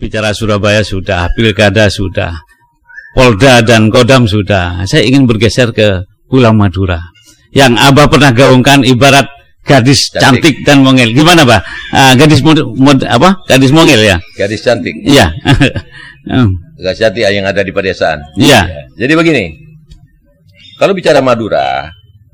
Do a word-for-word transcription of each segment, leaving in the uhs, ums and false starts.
bicara Surabaya sudah, pilkada sudah, Polda dan Kodam sudah. Saya ingin bergeser ke Pulau Madura yang Abah pernah gaungkan ibarat gadis cantik, cantik dan mongel. Gimana, Pak? Uh, gadis mod, mod apa? Gadis mongel ya? Gadis cantik. Iya. Gadis cantik yang ada di pedesaan. Iya. Ya. Jadi begini. Kalau bicara Madura,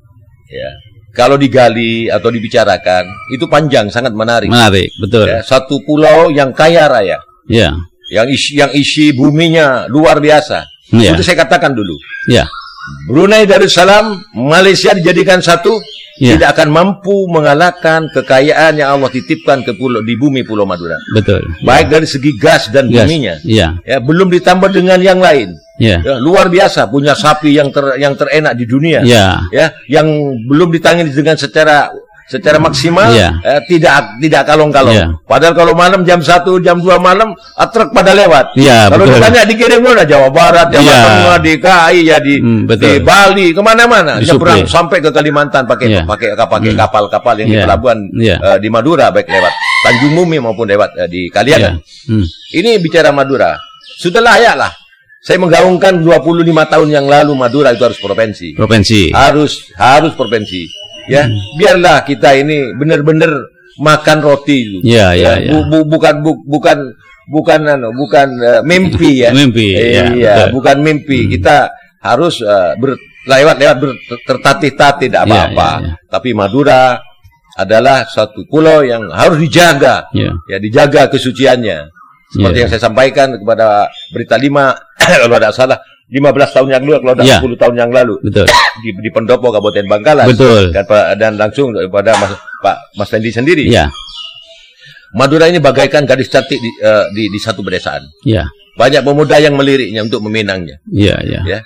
ya, kalau digali atau dibicarakan itu panjang, sangat menarik. Menarik, betul. Ya, satu pulau yang kaya raya. Ya. Yang isi, yang isi buminya luar biasa. Ya. Itu saya katakan dulu. Ya. Brunei Darussalam, Malaysia dijadikan satu, ya, tidak akan mampu mengalahkan kekayaan yang Allah titipkan ke pulau di bumi Pulau Madura. Betul. Baik ya, dari segi gas dan gas, buminya. Ya. Ya, belum ditambah dengan yang lain. Ya. Ya, luar biasa, punya sapi yang ter, yang terenak di dunia. Ya. Ya, yang belum ditangani dengan secara secara maksimal. Ya. Eh, tidak tidak kalong-kalong. Ya. Padahal kalau malam jam satu, jam dua malam, truk pada lewat. Ya, kalau betul. ditanya dikirim mana, Jawa Barat, Jawa ya. Tengah, di K I, ya di, hmm, di Bali, kemana-mana. Nyebrang sampai ke Kalimantan pakai ya. pakai pakai kapal-kapal yang ya. di pelabuhan ya. uh, di Madura, baik lewat Tanjung Mumi maupun lewat uh, di Kaliangan. Ya. Hmm. Ini bicara Madura, sudah layak lah. Saya menggaungkan dua puluh lima tahun yang lalu Madura itu harus provinsi. Provinsi. Harus harus provinsi. Ya, hmm. biarlah kita ini benar-benar makan roti itu. Ya, ya, ya. Bu, bu, bukan bu, bukan bukan anu, bukan uh, mimpi ya. Mimpi. Eh, ya, iya, bukan mimpi. Hmm. Kita harus uh, berlewat-lewat ber, tertatih-tatih tidak apa-apa. Ya, ya, ya. Tapi Madura adalah satu pulau yang harus dijaga. Ya, ya dijaga kesuciannya. Seperti yeah. yang saya sampaikan kepada Berita lima, kalau ada salah, lima belas tahun yang lalu, kalau ada yeah. sepuluh tahun yang lalu. Betul. Di, di Pendopo, Kabupaten Bangkalan. Betul. Dan, dan langsung kepada Mas, Pak Mas Fendi sendiri. Yeah. Madura ini bagaikan gadis cantik di, uh, di, di satu pedesaan. Yeah. Banyak pemuda yang meliriknya untuk meminangnya. Iya, yeah, yeah. ya.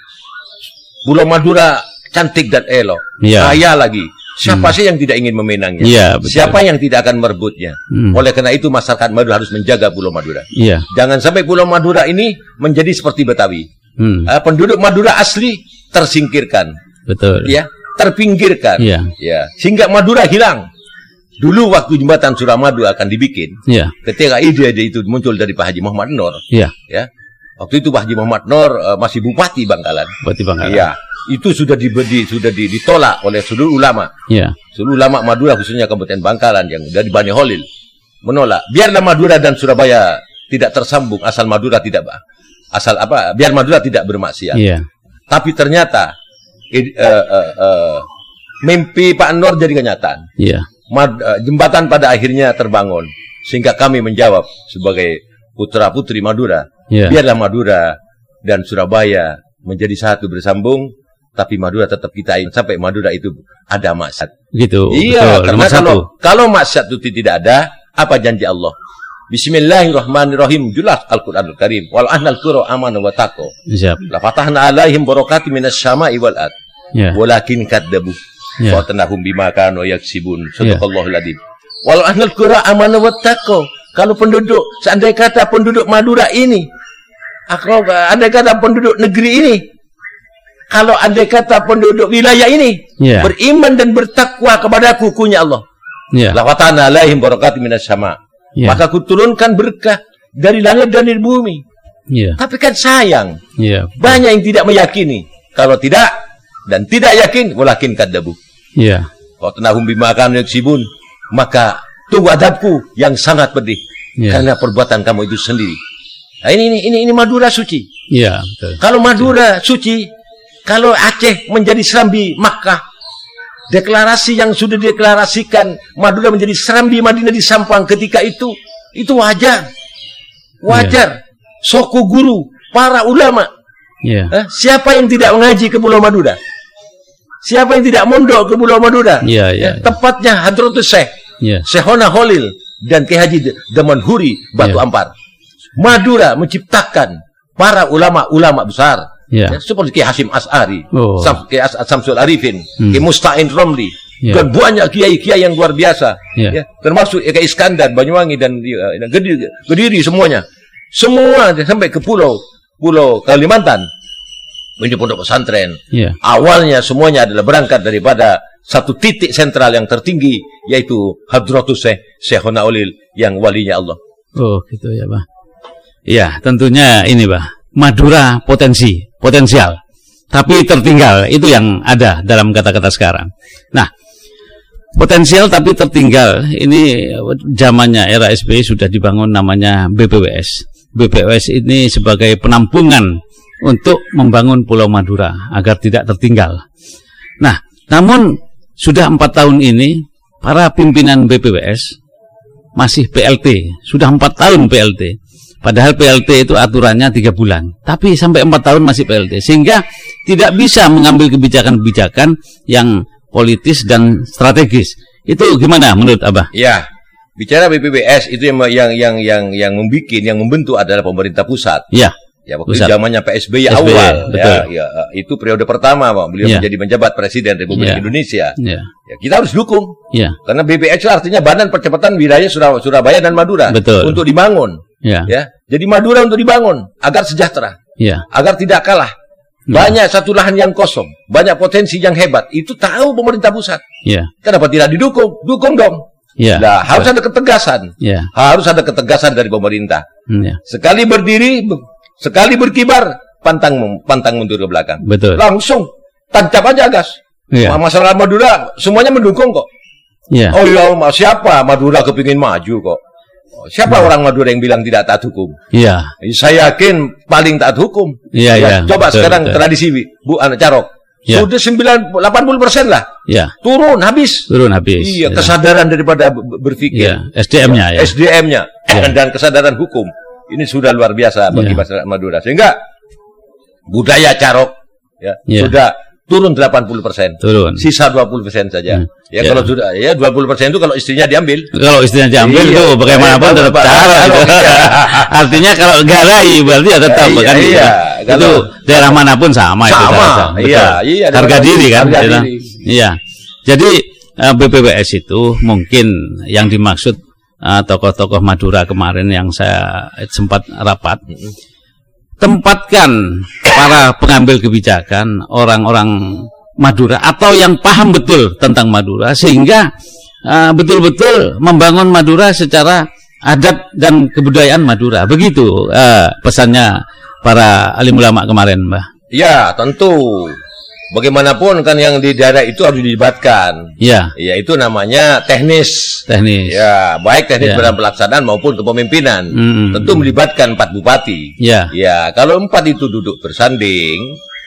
Pulau Madura cantik dan elok. Yeah. Kaya lagi. Siapa hmm. sih yang tidak ingin memenangnya? Ya, siapa yang tidak akan merebutnya? Hmm. Oleh karena itu masyarakat Madura harus menjaga Pulau Madura. Ya. Jangan sampai Pulau Madura ini menjadi seperti Betawi. Hmm. Uh, penduduk Madura asli tersingkirkan. Betul. Ya, terpinggirkan. Ya. Ya. Sehingga Madura hilang. Dulu waktu jembatan Suramadu akan dibikin. Ya. Ketika ide itu muncul dari Pak Haji Muhammad Nur. Ya. Ya. Waktu itu Pak Haji Muhammad Nur uh, masih Bupati Bangkalan. Bupati Bangkalan. Iya. Itu sudah dibedi, sudah ditolak oleh seluruh ulama. Ya. Seluruh ulama Madura khususnya Kabupaten Bangkalan yang dari Bani Holil menolak. Biarlah Madura dan Surabaya tidak tersambung asal Madura tidak asal apa? Biar Madura tidak bermaksiat. Ya. Tapi ternyata eh, uh, uh, uh, mimpi Pak Nur jadi kenyataan. Ya. Mad, uh, jembatan pada akhirnya terbangun sehingga kami menjawab sebagai putra putri Madura. Ya. Biarlah Madura dan Surabaya menjadi satu bersambung. Tapi Madura tetap kita ingin sampai Madura itu ada maksiat. Gitu. Iya, betul. karena kalau kalau maksiat itu tidak ada, apa janji Allah? Bismillahirrahmanirrahim. Jelas Al-Qur'anul Karim. Wal ahnal qura amanu wa taqwa. Siap. La fatahna alaihim barakati minas sama'i wal ard. Ya. Walakin kadzabu. Ya. Wa tanahum bima kanu yaksibun. Sadaqallahul adzim. Wal ahnal qura amanu wa taqwa. Kalau penduduk, seandainya kata penduduk Madura ini, kalau andai kata penduduk negeri ini, kalau andai kata penduduk wilayah ini yeah. beriman dan bertakwa kepada kukunya Allah, yeah. lawatana alaihim barakati minas sama, yeah. maka kuturunkan berkah dari langit dan dari bumi. Yeah. Tapi kan sayang, yeah. banyak yang tidak meyakini. Kalau tidak dan tidak yakin, walakin kadzabu. Yeah. Wa tanahum bima kanu yaksibun, maka tunggu adabku yang sangat pedih yeah. karena perbuatan kamu itu sendiri. Nah, ini ini ini, ini Madura suci. Yeah, betul. Kalau Madura yeah. suci, kalau Aceh menjadi Serambi Makkah, deklarasi yang sudah dideklarasikan Madura menjadi Serambi Madinah di Sampang ketika itu, itu wajar. Wajar. Yeah. Soku guru, para ulama. Yeah. Eh, siapa yang tidak mengaji ke Pulau Madura? Siapa yang tidak mondok ke Pulau Madura? Yeah, yeah, eh, tepatnya Hadratus Syekh, yeah. Syekhona Holil dan Ki Haji Damanhuri Batu yeah. Ampar. Madura menciptakan para ulama-ulama besar. Yeah. Ya, seperti Ki Hasyim As'ari, oh. Ki As Samsul Arifin, hmm. Ki Musta'in Romli, yeah. dan banyak kiai-kiai yang luar biasa, yeah. ya, termasuk Ki Iskandar, Banyuwangi dan uh, Kediri, Kediri semuanya, semua sampai ke pulau Pulau Kalimantan, ini pondok pesantren. Yeah. Awalnya semuanya adalah berangkat daripada satu titik sentral yang tertinggi, yaitu Hadratus Syekh Syekhona Ulil yang walinya Allah. Oh, gitu ya, Pak. Ya, tentunya ini, Bah. Madura potensi, potensial. Tapi tertinggal, itu yang ada dalam kata-kata sekarang. Nah, potensial tapi tertinggal, ini zamannya era S B Y sudah dibangun namanya B P W S. B P W S ini sebagai penampungan untuk membangun Pulau Madura agar tidak tertinggal. Nah, namun sudah empat tahun ini para pimpinan B P W S masih P L T, sudah empat tahun P L T. Padahal P L T itu aturannya tiga bulan, tapi sampai empat tahun masih P L T, sehingga tidak bisa mengambil kebijakan-kebijakan yang politis dan strategis. Itu gimana menurut Abah? Ya, bicara B P W S itu yang yang yang yang yang membuat, yang membentuk adalah pemerintah pusat. Ya. Ya, waktu zamannya P S B Y awal, betul. Ya, ya, itu periode pertama, Pak. Beliau ya. menjadi menjabat Presiden Republik ya. Indonesia. Ya. Ya, kita harus dukung. Ya. Karena B P W S itu artinya Badan Percepatan Wilayah Surabaya dan Madura, betul. Untuk dibangun. Ya. Ya. Jadi Madura untuk dibangun agar sejahtera, ya. Agar tidak kalah. Ya. Banyak satu lahan yang kosong, banyak potensi yang hebat. Itu tahu pemerintah pusat. Ya. Kenapa tidak didukung? Dukung dong. Ya. Nah, harus ya. ada ketegasan. Ya. Harus ada ketegasan dari pemerintah. Ya. Sekali berdiri, sekali berkibar, pantang pantang mundur ke belakang. Betul. Langsung tancap aja gas. Ya. Masalah Madura semuanya mendukung kok. Ya. Oh ya, siapa Madura kepingin maju kok? Siapa ya. orang Madura yang bilang tidak taat hukum? Iya. Saya yakin paling taat hukum. Iya, ya. ya. Coba betul, sekarang betul. tradisi Bu Anak Carok. Ya. Sudah sembilan puluh delapan puluh persen lah. Ya. Turun habis. Turun habis. Iya, ya. kesadaran daripada berpikir. Ya. S D M-nya ya. S D M-nya ya. dan kesadaran hukum. Ini sudah luar biasa bagi ya. masyarakat Madura. Sehingga budaya Carok ya, ya. sudah turun delapan puluh persen. Turun. Sisa dua puluh persen saja. Hmm. Ya, ya kalau sudah ya dua puluh persen itu kalau istrinya diambil. Kalau istrinya diambil iya, itu bagaimanapun iya, tetap Carok. Artinya kalau garai berarti ya tetap iya, kan. Iya. Itu kalau, daerah manapun sama, sama itu. Sama. Iya, iya. Harga diri kan. Harga diri. Iya. Jadi B P W S itu mungkin yang dimaksud tokoh-tokoh uh, Madura kemarin yang saya sempat rapat. Mm-hmm. Tempatkan para pengambil kebijakan orang-orang Madura atau yang paham betul tentang Madura sehingga uh, betul-betul membangun Madura secara adat dan kebudayaan Madura. Begitu uh, pesannya para alim ulama kemarin, Mbah. Ya, tentu. Bagaimanapun kan yang di daerah itu harus dilibatkan. Ya. Ya, itu namanya teknis. Teknis. Ya, baik teknis ya. dalam pelaksanaan maupun kepemimpinan. Mm-hmm. Tentu melibatkan empat bupati. Ya. Ya, kalau empat itu duduk bersanding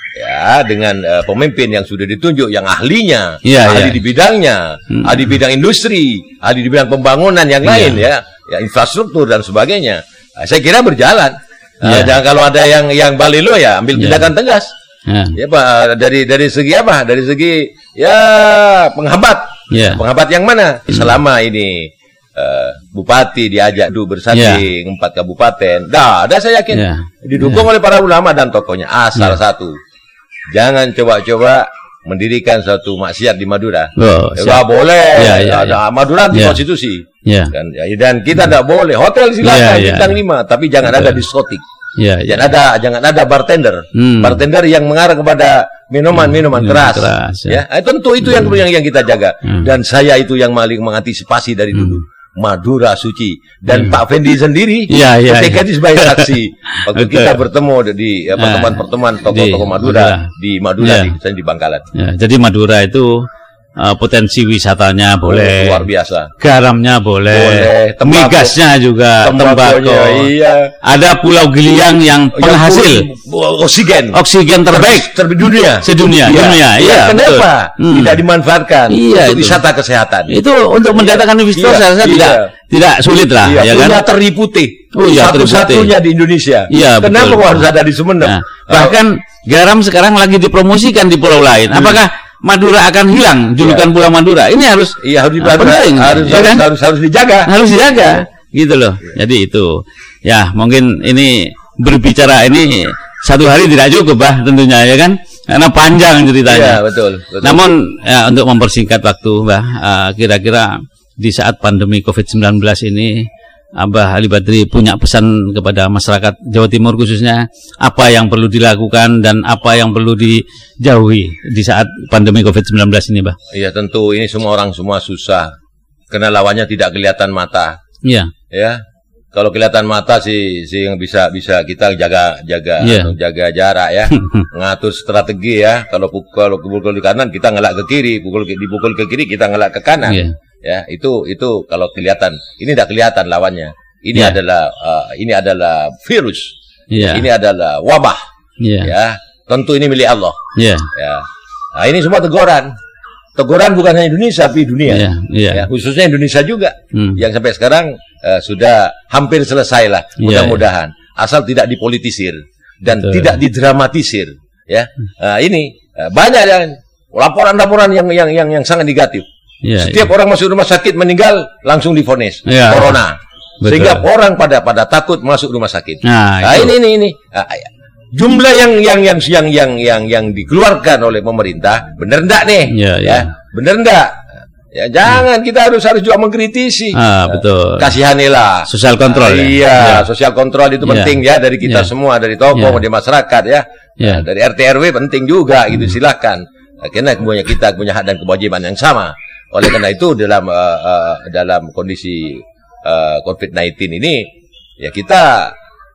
ya dengan uh, pemimpin yang sudah ditunjuk yang ahlinya, ya, ahli ya. di bidangnya, mm-hmm. ahli di bidang industri, ahli di bidang pembangunan yang lain ya, ya, ya infrastruktur dan sebagainya. Nah, saya kira berjalan. Uh, ya. Jangan kalau ada yang yang balilo ya ambil tindakan ya. tegas. Ya. ya Pak, dari dari segi apa? Dari segi ya penghambat. Ya. Penghambat yang mana? Hmm. Selama ini uh, bupati diajak dulu bersanding ya. empat kabupaten. Dah, dah saya yakin ya. didukung ya. oleh para ulama dan tokohnya. Asal ya. satu, jangan coba-coba mendirikan suatu maksiat di Madura. Oh, ya, boleh. Ya, ya, ya. Madura di ya. konstitusi. Ya. Dan, ya, dan kita tidak hmm. boleh hotel silakan ya, bintang ya. lima, tapi jangan Betul. ada diskotik. Ya, ya. Jangan ada, jangan ada bartender, hmm. bartender yang mengarah kepada minuman-minuman hmm, keras. keras ya. Ya, tentu itu hmm. yang yang kita jaga. Hmm. Dan saya itu yang paling mengantisipasi dari dulu. Hmm. Madura suci dan hmm. Pak Fendi sendiri, ya, ya, ketika ya. sebagai saksi waktu kita bertemu di pertemuan-pertemuan tokoh-tokoh Madura di Madura ya. di, di Bangkalan. Ya, jadi Madura itu Uh, potensi wisatanya boleh, oh, luar biasa. Garamnya boleh, boleh. Migasnya juga, tembakau. Iya. Ada Pulau Giliang yang penghasil oksigen, oksigen terbaik terbaik dunia, sedunia, iya. dunia. Iya. Ya, kenapa hmm. tidak dimanfaatkan iya, untuk itu. wisata kesehatan? Itu untuk mendatangkan investor iya. saya rasa iya. tidak tidak sulit lah, iya. ya kan? Teri putih, oh, iya, satu-satunya di Indonesia. Iya, kenapa betul. harus ada di Sumeneb? Nah, bahkan garam sekarang lagi dipromosikan di pulau lain. Hmm. Apakah Madura akan hilang julukan ya. Pulau Madura? Ini harus iya harus dibantu, penting, harus, ya kan? harus harus harus dijaga. Harus dijaga. Gitu loh. Ya. Jadi itu. Ya, mungkin ini berbicara ini satu hari tidak cukup, Bah, tentunya ya kan? Karena panjang ceritanya. Iya, betul, betul. Namun ya, untuk mempersingkat waktu, Bah, uh, kira-kira di saat pandemi covid sembilan belas ini Abah Ali Badri punya pesan kepada masyarakat Jawa Timur khususnya apa yang perlu dilakukan dan apa yang perlu dijauhi di saat pandemi covid sembilan belas ini, Bah? Iya, tentu ini semua orang semua susah karena lawannya tidak kelihatan mata. Iya. Ya. kalau kelihatan mata sih sih yang bisa bisa kita jaga jaga yeah. jaga jarak ya, ngatur strategi ya. Kalau pukul kalau pukul di kanan kita ngelak ke kiri, pukul dipukul ke kiri kita ngelak ke kanan. Yeah. Ya, itu itu kalau kelihatan. Ini tidak kelihatan lawannya. Ini yeah. adalah uh, ini adalah virus. Yeah. Ini adalah wabah. Yeah. Ya, tentu ini milik Allah. Yeah. Ya. Nah, ini semua teguran. Teguran bukan hanya Indonesia tapi dunia. Yeah. Yeah. Ya, khususnya Indonesia juga. Hmm. Yang sampai sekarang uh, sudah hampir selesai lah. Mudah-mudahan yeah. asal tidak dipolitisir dan Betul. tidak didramatisir, ya. Uh, ini uh, banyak yang laporan-laporan yang yang yang yang sangat negatif. Yeah, Setiap yeah. orang masuk rumah sakit meninggal langsung divonis yeah. corona. Betul. Sehingga orang pada pada takut masuk rumah sakit. Nah, nah ini ini ini uh, jumlah yang yang yang yang yang yang yang dikeluarkan oleh pemerintah benar enggak nih? Yeah, ya, yeah. benar enggak? Ya jangan, kita harus harus juga mengkritisi. Ah, betul. Kasihanilah. Sosial kontrol. Uh, iya, ya. Sosial kontrol itu yeah. penting ya dari kita yeah. semua, dari tokoh, yeah. dari masyarakat ya. Yeah. Nah, dari R T R W penting juga hmm. gitu, silakan. Nah, karena punya kita punya hak dan kewajiban yang sama. Oleh karena itu dalam uh, uh, dalam kondisi uh, COVID sembilan belas ini ya kita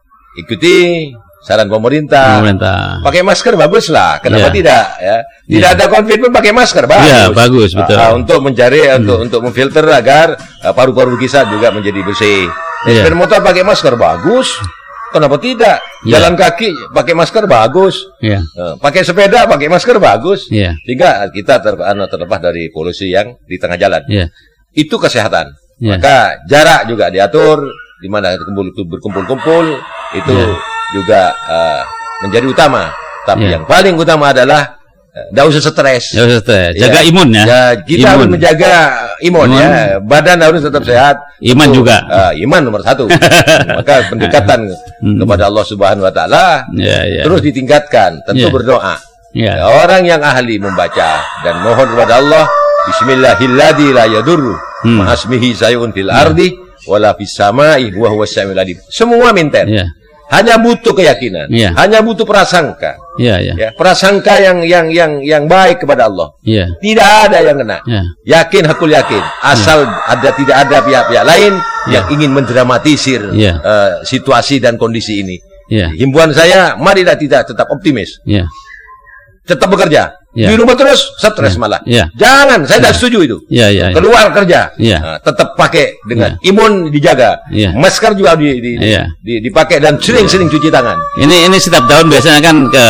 ikuti saran pemerintah. pemerintah. Pakai masker bagus lah. Kenapa yeah. tidak? Ya, tidak yeah. ada COVID pun pakai masker bagus. Yeah, bagus betul. Uh, untuk mencari, hmm. untuk untuk memfilter agar uh, paru-paru kita juga menjadi bersih. Yeah. Sepeda motor pakai masker bagus. Kenapa tidak? Yeah. Jalan kaki pakai masker bagus. Yeah. Uh, pakai sepeda pakai masker bagus. Yeah. Sehingga kita ter, anu, terlepas dari polusi yang di tengah jalan. Yeah. Itu kesehatan. Yeah. Maka jarak juga diatur. Di mana berkumpul-kumpul itu. Yeah. juga uh, menjadi utama, tapi yeah. yang paling utama adalah tidak uh, usah stres, usah stres. Jaga ya. imun ya. ya kita imun. harus menjaga imun, imun ya, badan harus tetap sehat. Iman untuk, juga. Uh, iman nomor satu. Maka pendekatan hmm. kepada Allah Subhanahu Wa Taala yeah, yeah. terus ditingkatkan. Tentu yeah. berdoa. Yeah. Ya, orang yang ahli membaca dan mohon kepada Allah, Bismillahilladzi la yadurru hmm. ma'asmihi sayun fil ardi wala fis samai wa huwas samiul alim. Semua minta. Yeah. Hanya butuh keyakinan, yeah. hanya butuh prasangka, yeah, yeah. Ya, prasangka yang yang yang yang baik kepada Allah. Yeah. Tidak ada yang kena. Yeah. Yakin, hakul yakin. Asal yeah. ada tidak ada pihak-pihak lain yeah. yang ingin mendramatisir yeah. uh, situasi dan kondisi ini. Yeah. Himbauan saya, marilah tidak tetap optimis, yeah. tetap bekerja. Yeah. Di rumah terus stres yeah. malah. Yeah. Jangan, saya tidak yeah. setuju itu. Yeah, yeah, yeah. Keluar kerja, yeah. nah, tetap pakai dengan yeah. imun dijaga, yeah. masker juga di, di, yeah. di, dipakai dan sering-sering yeah. cuci tangan. Ini ini setiap tahun biasanya kan ke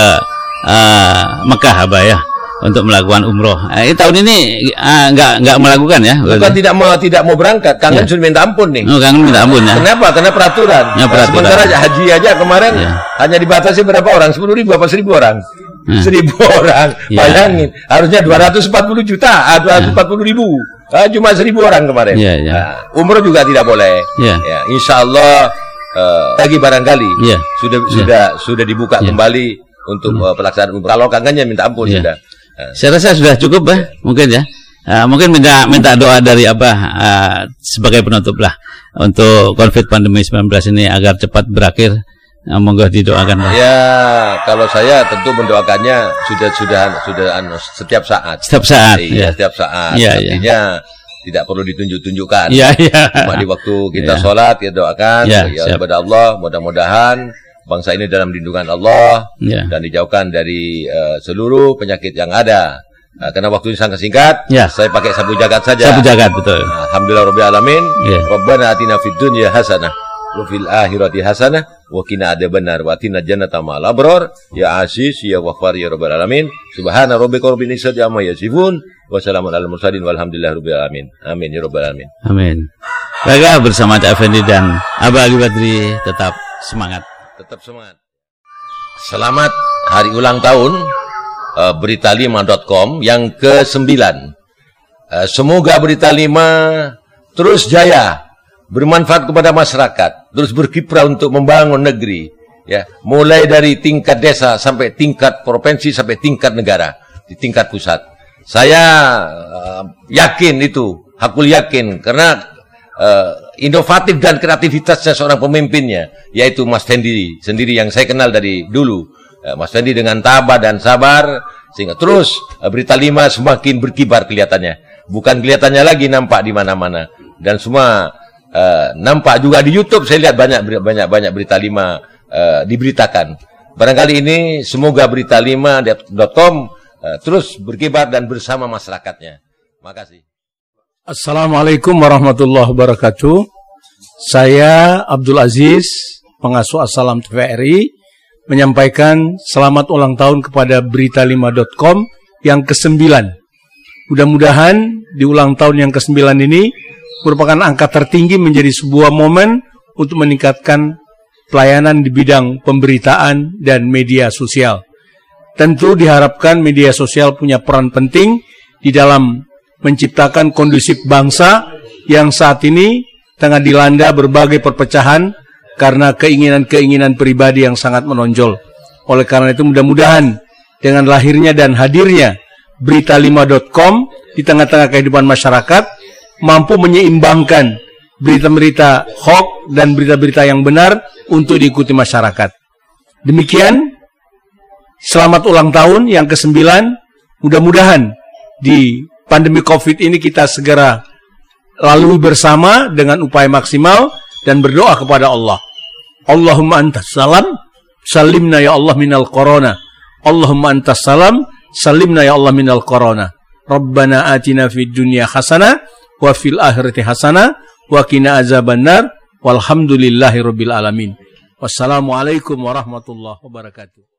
uh, Mekah Abah ya untuk melakukan umroh. Nah, ini tahun ini uh, nggak nggak melakukan ya? Bukan tidak mau tidak mau berangkat, kangen yeah. sudah minta ampun nih. Oh, kangen minta ampun ya? Kenapa? Karena peraturan. Ya, peraturan. Sementara aja haji aja kemarin yeah. hanya dibatasi berapa orang? Sepuluh ribu apa seribu orang? Hmm. Seribu orang, yeah. bayangin. Harusnya dua ratus empat puluh juta, dua ratus empat puluh ribu. Ah, cuma seribu orang kemarin. Yeah, yeah. Nah, umroh juga tidak boleh. Yeah. Ya, insya Allah uh, lagi barangkali yeah. sudah yeah. sudah sudah dibuka yeah. kembali untuk uh, pelaksanaan umroh. Kalau kangennya minta ampun yeah. sudah. Uh. Saya rasa sudah cukup, bah, mungkin ya. Uh, mungkin minta minta doa dari Abah uh, sebagai penutup lah untuk COVID pandemi sembilan belas ini agar cepat berakhir. Nah, monggo didoakan. Ya, kalau saya tentu mendoakannya sudah sudah sudah anu, setiap saat. Setiap saat. Iya, ya. Setiap saat. Ya, artinya ya. tidak perlu ditunjuk-tunjukkan. Iya, iya. Cuma di waktu kita ya. sholat kita doakan ya, ya kepada Allah, mudah-mudahan bangsa ini dalam lindungan Allah ya. dan dijauhkan dari uh, seluruh penyakit yang ada. Nah, karena waktunya sangat singkat, ya. saya pakai sabu jagat saja. Sabu jagat, betul. Nah, alhamdulillah rabbil alamin. Ya. Rabbana atina fid dunya hasanah wa fil akhirati hasanah wa qina adzabannar wa atina jannata ma'al abrar ya aziz ya ghaffar ya rabbal alamin. Subhana rabbika rabbil izzati amma yasifun wa salamun alal mursalin walhamdulillahi rabbil alamin. Amin ya rabbal alamin. Amin. Baiklah, bersama Cak Effendi dan Abah Ali Badri tetap semangat. Tetap semangat. Selamat hari ulang tahun uh, berita lima dot com yang ke sembilan. Uh, semoga Berita lima terus jaya, bermanfaat kepada masyarakat, terus berkiprah untuk membangun negeri, ya, mulai dari tingkat desa sampai tingkat provinsi sampai tingkat negara, di tingkat pusat. Saya uh, yakin itu, hakul yakin, karena uh, inovatif dan kreativitasnya seorang pemimpinnya, yaitu Mas Fendi sendiri yang saya kenal dari dulu. Uh, Mas Fendi dengan tabah dan sabar, sehingga terus uh, Berita lima semakin berkibar kelihatannya, bukan kelihatannya lagi nampak di mana-mana, dan semua uh, nampak juga di YouTube. Saya lihat banyak banyak banyak berita lima uh, diberitakan. Barangkali ini semoga berita lima dot com uh, terus berkibar dan bersama masyarakatnya. Makasih. Assalamualaikum warahmatullahi wabarakatuh. Saya Abdul Aziz, pengasuh Assalam T V R I, menyampaikan selamat ulang tahun kepada berita lima dot com yang kesembilan. Mudah-mudahan di ulang tahun yang kesembilan ini merupakan angka tertinggi, menjadi sebuah momen untuk meningkatkan pelayanan di bidang pemberitaan dan media sosial. Tentu diharapkan media sosial punya peran penting di dalam menciptakan kondusif bangsa yang saat ini tengah dilanda berbagai perpecahan karena keinginan-keinginan pribadi yang sangat menonjol. Oleh karena itu mudah-mudahan dengan lahirnya dan hadirnya berita lima dot com di tengah-tengah kehidupan masyarakat mampu menyeimbangkan berita-berita hoax dan berita-berita yang benar untuk diikuti masyarakat. Demikian, selamat ulang tahun yang kesembilan. Mudah-mudahan di pandemi COVID ini kita segera lalui bersama dengan upaya maksimal dan berdoa kepada Allah. Allahumma antas salam, salimna ya Allah minal corona. Allahumma antas salam, salimna ya Allah minal corona. Rabbana atina fid dunya hasanah wa fil akhirati hasanah wa qina azabannar walhamdulillahi rabbil alamin. Wassalamualaikum warahmatullahi wabarakatuh.